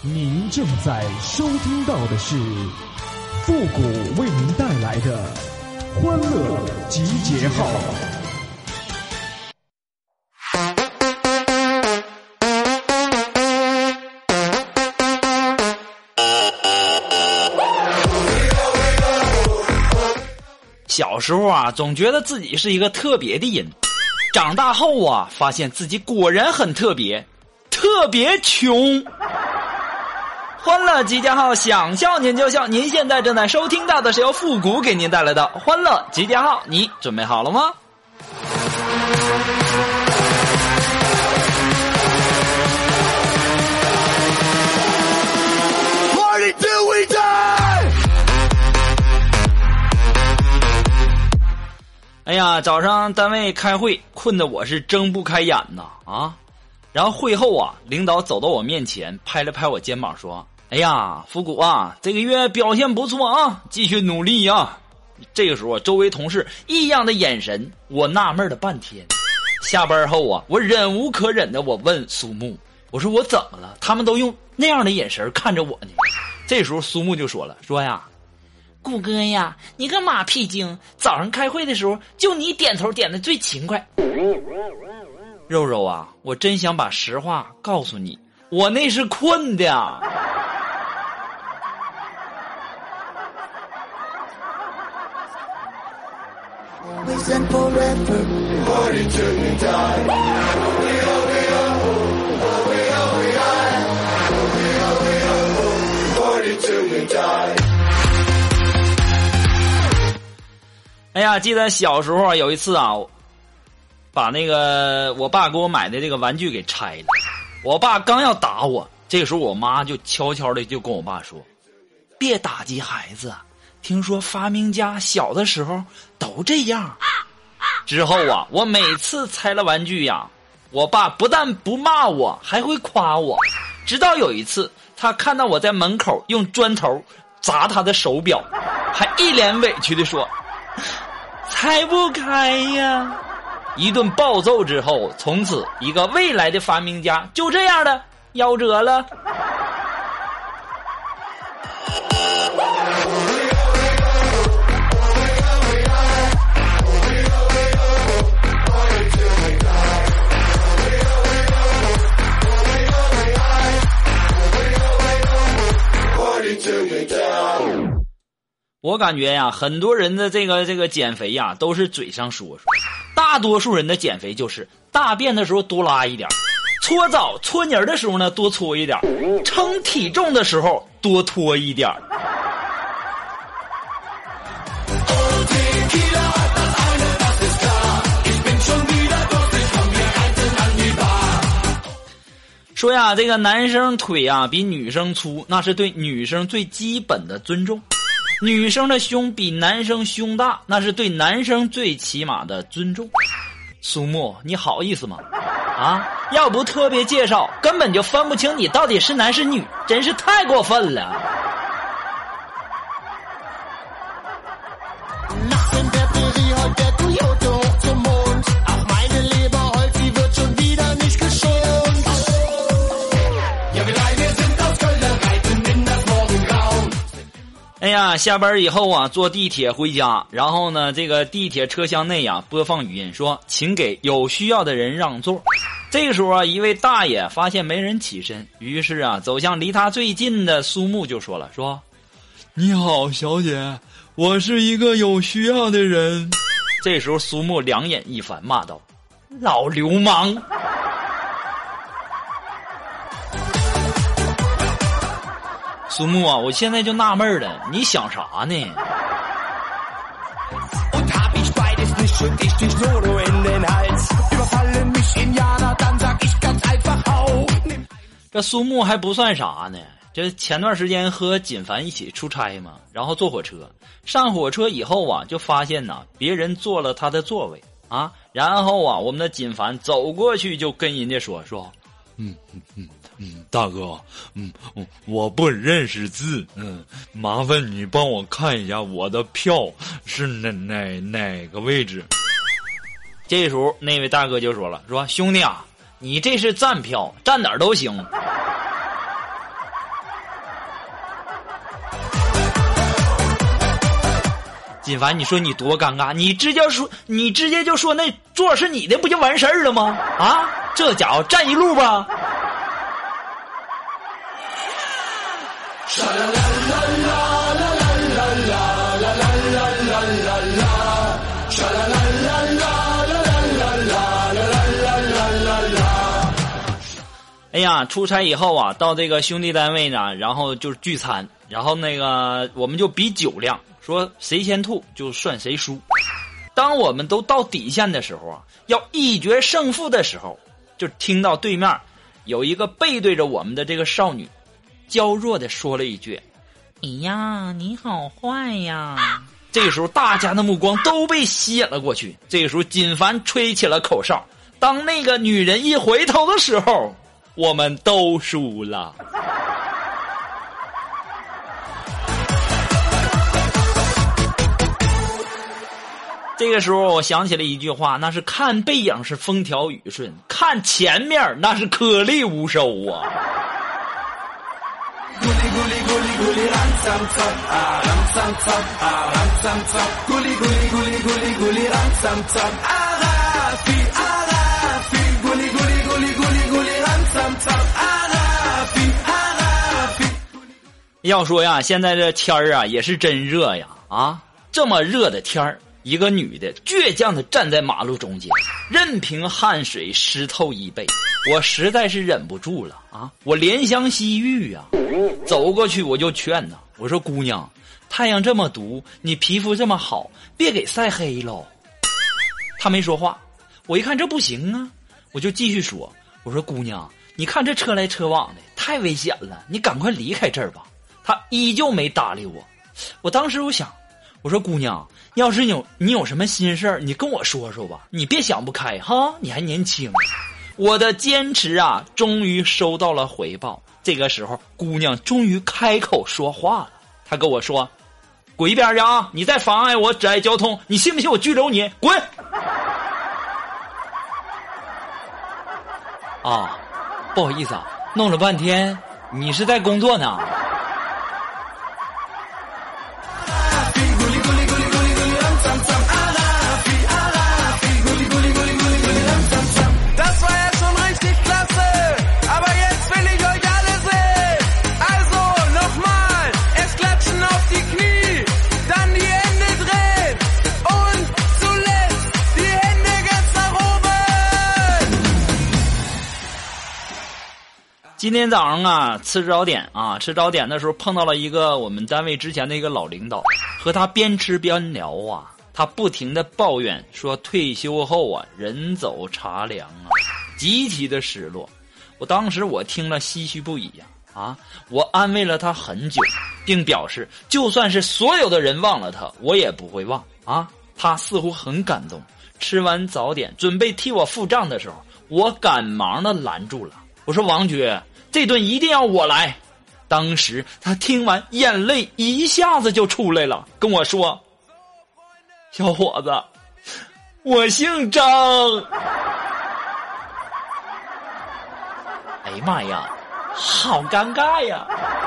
您正在收听到的是复古为您带来的欢乐集结号。 小时候啊，总觉得自己是一个特别的人，长大后啊，发现自己果然很特别，特别穷。欢乐集结号，想笑您就笑。您现在正在收听到的是由复古给您带来的欢乐集结号，你准备好了吗？哎呀，早上单位开会，困得我是睁不开眼呐啊！然后会后啊，领导走到我面前，拍了拍我肩膀说：“哎呀，复古啊，这个月表现不错啊，继续努力啊。”这个时候，周围同事异样的眼神，我纳闷了半天。下班后啊，我忍无可忍的，我问苏木：“我说我怎么了？他们都用那样的眼神看着我呢？”这时候苏木就说了：“说呀。”顾哥呀，你个马屁精！早上开会的时候，就你点头点的最勤快。肉肉啊，我真想把实话告诉你，我那是困的。哎呀，记得小时候有一次啊，把那个我爸给我买的这个玩具给拆了。我爸刚要打我，这个时候我妈就悄悄的就跟我爸说：“别打击孩子，听说发明家小的时候都这样。”之后啊，我每次拆了玩具呀，我爸不但不骂我，还会夸我。直到有一次，他看到我在门口用砖头砸他的手表，还一脸委屈的说：“拆不开呀！”一顿暴揍之后，从此一个未来的发明家就这样的夭折了。我感觉呀，很多人的这个减肥呀，都是嘴上说说，大多数人的减肥就是大便的时候多拉一点，搓澡搓泥儿的时候呢多搓一点，称体重的时候多拖一点。说呀，这个男生腿啊比女生粗，那是对女生最基本的尊重。女生的胸比男生胸大，那是对男生最起码的尊重。苏木，你好意思吗？啊，要不特别介绍，根本就分不清你到底是男是女，真是太过分了。哎呀，下班以后啊，坐地铁回家，然后呢，这个地铁车厢内啊，播放语音说：“请给有需要的人让座。”这个时候啊，一位大爷发现没人起身，于是啊，走向离他最近的苏木就说了：“说，你好，小姐，我是一个有需要的人。”这时候苏木两眼一翻，骂道：“老流氓！”苏木啊，我现在就纳闷了，你想啥呢？这苏木还不算啥呢，这前段时间和锦凡一起出差嘛，然后坐火车，上火车以后啊，就发现呐，别人坐了他的座位啊，然后啊，我们的锦凡走过去就跟人家说：“大哥，我不认识字，麻烦你帮我看一下我的票是哪个位置。”这时候那位大哥就说了：“说兄弟啊，你这是站票，站哪儿都行。” 锦凡，你说你多尴尬，你直接就说那座是你的，不就完事儿了吗？啊，这家伙站一路吧。哎呀，出差以后啊，到这个兄弟单位呢，然后就是聚餐，然后那个我们就比酒量，说谁先吐就算谁输。当我们都到底线的时候啊，要一决胜负的时候，就听到对面有一个背对着我们的这个少女，娇弱的说了一句：“哎呀，你好坏呀！”这个时候大家的目光都被吸引了过去。这个时候锦凡吹起了口哨，当那个女人一回头的时候，我们都输了。这个时候我想起了一句话，那是看背影是风调雨顺，看前面那是颗粒无收啊。要说呀，现在这天儿啊也是真热呀啊！这么热的天儿，一个女的倔强的站在马路中间，任凭汗水湿透衣背，我实在是忍不住了啊！我怜香惜玉啊，走过去我就劝她，我说姑娘，太阳这么毒，你皮肤这么好，别给晒黑喽。她没说话，我一看这不行啊，我就继续说，我说姑娘，你看这车来车往的，太危险了，你赶快离开这儿吧。她依旧没搭理我，我当时我想，我说姑娘，要是你有什么心事儿，你跟我说说吧，你别想不开哈，你还年轻。我的坚持啊，终于收到了回报。这个时候，姑娘终于开口说话了，她跟我说：“滚一边去啊！你再妨碍我妨碍交通，你信不信我拘留你？滚！”啊，不好意思啊，弄了半天，你是在工作呢？今天早上啊，吃早点的时候碰到了一个我们单位之前的一个老领导，和他边吃边聊啊，他不停的抱怨说退休后啊人走茶凉啊，极其的失落。当时我听了唏嘘不已啊，我安慰了他很久，并表示就算是所有的人忘了他，我也不会忘啊。他似乎很感动，吃完早点准备替我付账的时候，我赶忙的拦住了，我说王局，这顿一定要我来。当时他听完眼泪一下子就出来了，跟我说，小伙子，我姓张。哎呀妈呀，好尴尬呀。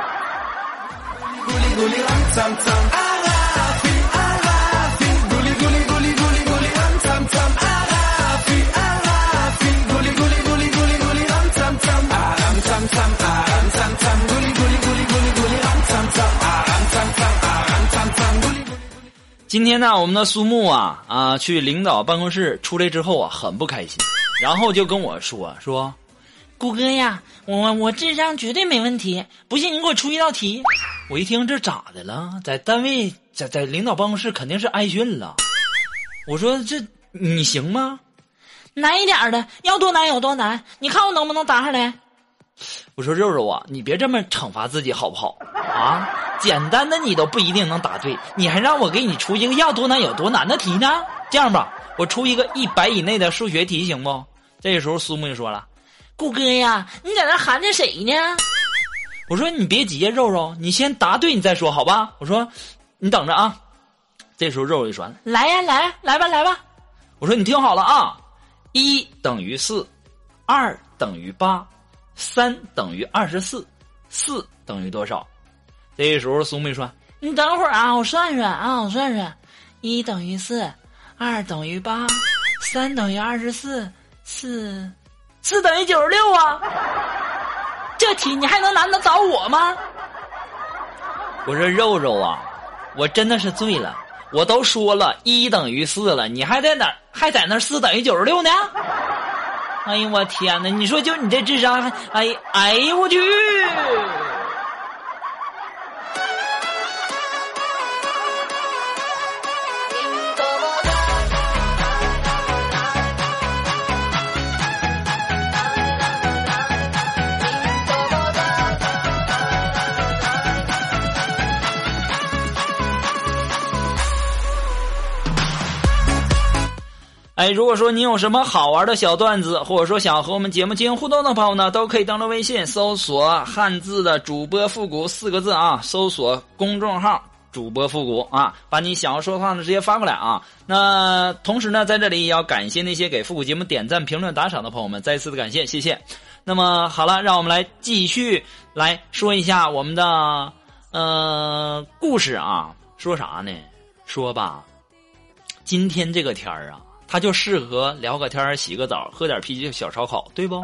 今天呢，我们的苏木啊去领导办公室出来之后啊，很不开心，然后就跟我说，顾哥呀，我智商绝对没问题，不信你给我出一道题。我一听这咋的了？在单位在领导办公室肯定是挨训了。我说这你行吗？难一点的，要多难有多难，你看我能不能答上来？我说肉肉啊，你别这么惩罚自己好不好啊？简单的你都不一定能答对，你还让我给你出一个要多难有多难的题呢？这样吧，我出一个100以内的数学题行不？这个时候苏木就说了，顾哥呀，你在那含着谁呢？我说你别急呀，肉肉，你先答对你再说好吧？我说你等着啊。这时候肉肉就说，来呀来吧。我说你听好了啊，1等于4， 2等于8， 3等于24， 4等于多少？这时候苏妹说，你等会儿啊，我算算。 1等于4， 2等于8， 3等于24， 4等于96啊！这题你还能难得倒我吗？我说肉肉啊，我真的是醉了，我都说了1等于4了，你还在那4等于96呢？哎呦我天哪！你说就你这智商，哎呦我去！如果说你有什么好玩的小段子，或者说想和我们节目进行互动的朋友呢，都可以登录微信搜索汉字的主播复古4个字啊，搜索公众号主播复古啊，把你想要说的话呢直接发过来啊。那同时呢，在这里也要感谢那些给复古节目点赞、评论、打赏的朋友们，再次的感谢，谢谢。那么好了，让我们来继续来说一下我们的故事啊。说啥呢？说吧，今天这个天儿啊，他就适合聊个天，洗个澡，喝点啤酒，小烧烤，对不？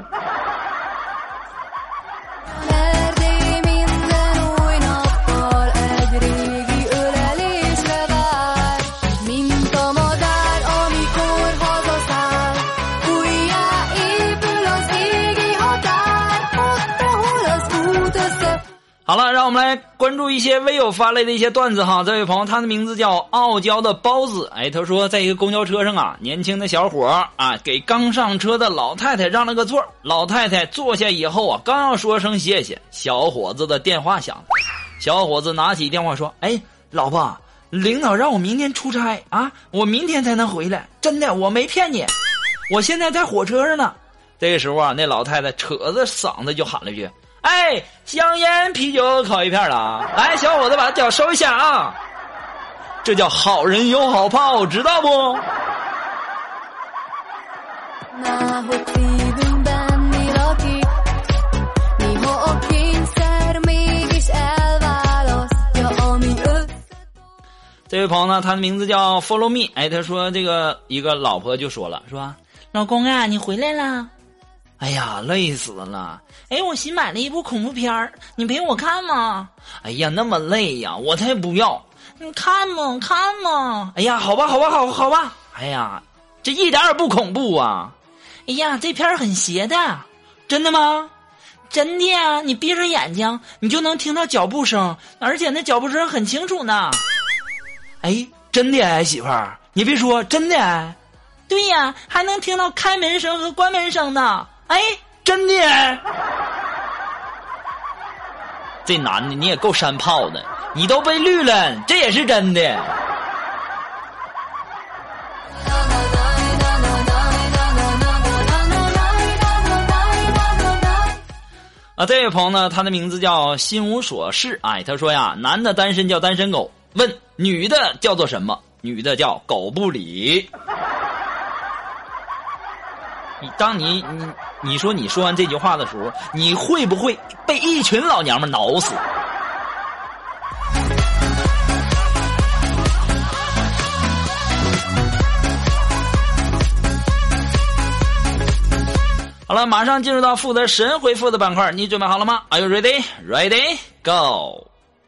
好了，让我们来关注一些微友发来的一些段子哈。这位朋友，他的名字叫傲娇的包子。他说在一个公交车上啊，年轻的小伙啊给刚上车的老太太让了个座，老太太坐下以后啊，刚要说声谢谢，小伙子的电话响了。小伙子拿起电话说：“老婆，领导让我明天出差啊，我明天才能回来，真的，我没骗你，我现在在火车上呢。”这个时候啊，那老太太扯着嗓子就喊了一句：“香烟啤酒烤一片了，来，小伙子把脚收一下啊！这叫好人有好报，知道不？”这位朋友呢，他的名字叫 Follow Me。他说这个一个老婆就说了，说老公啊，你回来了。哎呀，累死了！我新买了一部恐怖片儿，你陪我看吗？哎呀，那么累呀，我才不要！你看嘛，看嘛！哎呀，好吧。哎呀，这一点也不恐怖啊！哎呀，这片儿很邪的，真的吗？真的呀，你闭上眼睛，你就能听到脚步声，而且那脚步声很清楚呢。真的媳妇儿，你别说，真的。对呀，还能听到开门声和关门声呢。真的！这男的你也够山炮的，你都被绿了，这也是真的。这位朋友呢，他的名字叫心无所事。他说呀，男的单身叫单身狗，问女的叫做什么？女的叫狗不理。当你说你说完这句话的时候，你会不会被一群老娘们挠死？好了，马上进入到负责神回复的板块，你准备好了吗？ Are you ready? Ready? Go!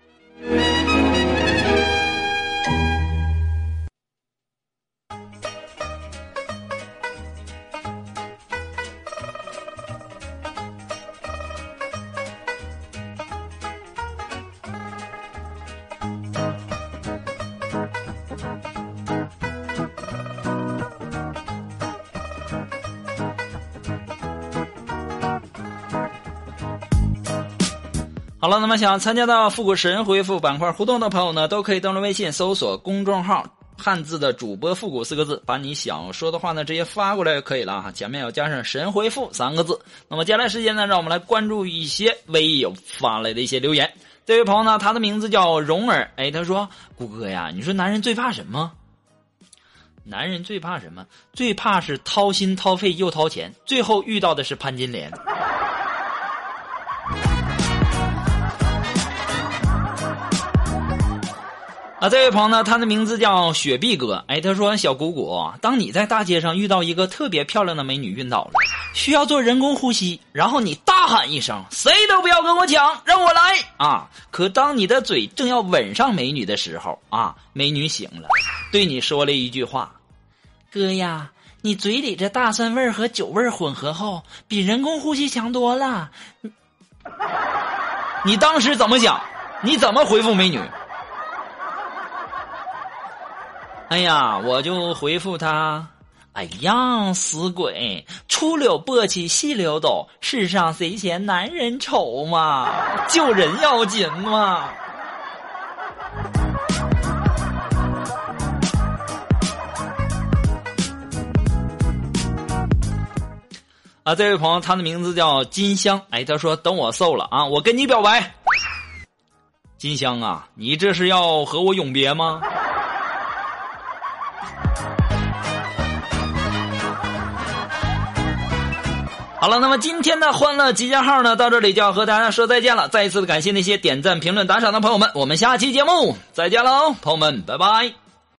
好了，那么想参加到复古神回复板块互动的朋友呢，都可以登录微信搜索公众号汉字的主播复古4个字，把你想说的话呢直接发过来就可以了哈，前面要加上神回复3个字。那么接下来时间呢，让我们来关注一些微友发来的一些留言。这位朋友呢，他的名字叫蓉儿。他说顾哥呀，你说男人最怕什么？男人最怕什么？最怕是掏心掏肺又掏钱，最后遇到的是潘金莲。 这位朋友呢，他的名字叫雪碧哥。他说小姑姑，当你在大街上遇到一个特别漂亮的美女晕倒了，需要做人工呼吸，然后你大喊一声，谁都不要跟我抢，让我来啊！可当你的嘴正要吻上美女的时候啊，美女醒了，对你说了一句话，哥呀，你嘴里这大蒜味和酒味混合后，比人工呼吸强多了。你当时怎么想？你怎么回复美女？哎呀，我就回复他，哎呀，死鬼，出溜簸箕细溜斗，世上谁嫌男人丑嘛？救人要紧嘛。这位朋友他的名字叫金香。他说等我瘦了啊，我跟你表白。金香啊，你这是要和我永别吗？好了，那么今天的欢乐集结号呢，到这里就要和大家说再见了。再一次的感谢那些点赞、评论、打赏的朋友们，我们下期节目再见喽，朋友们，拜拜。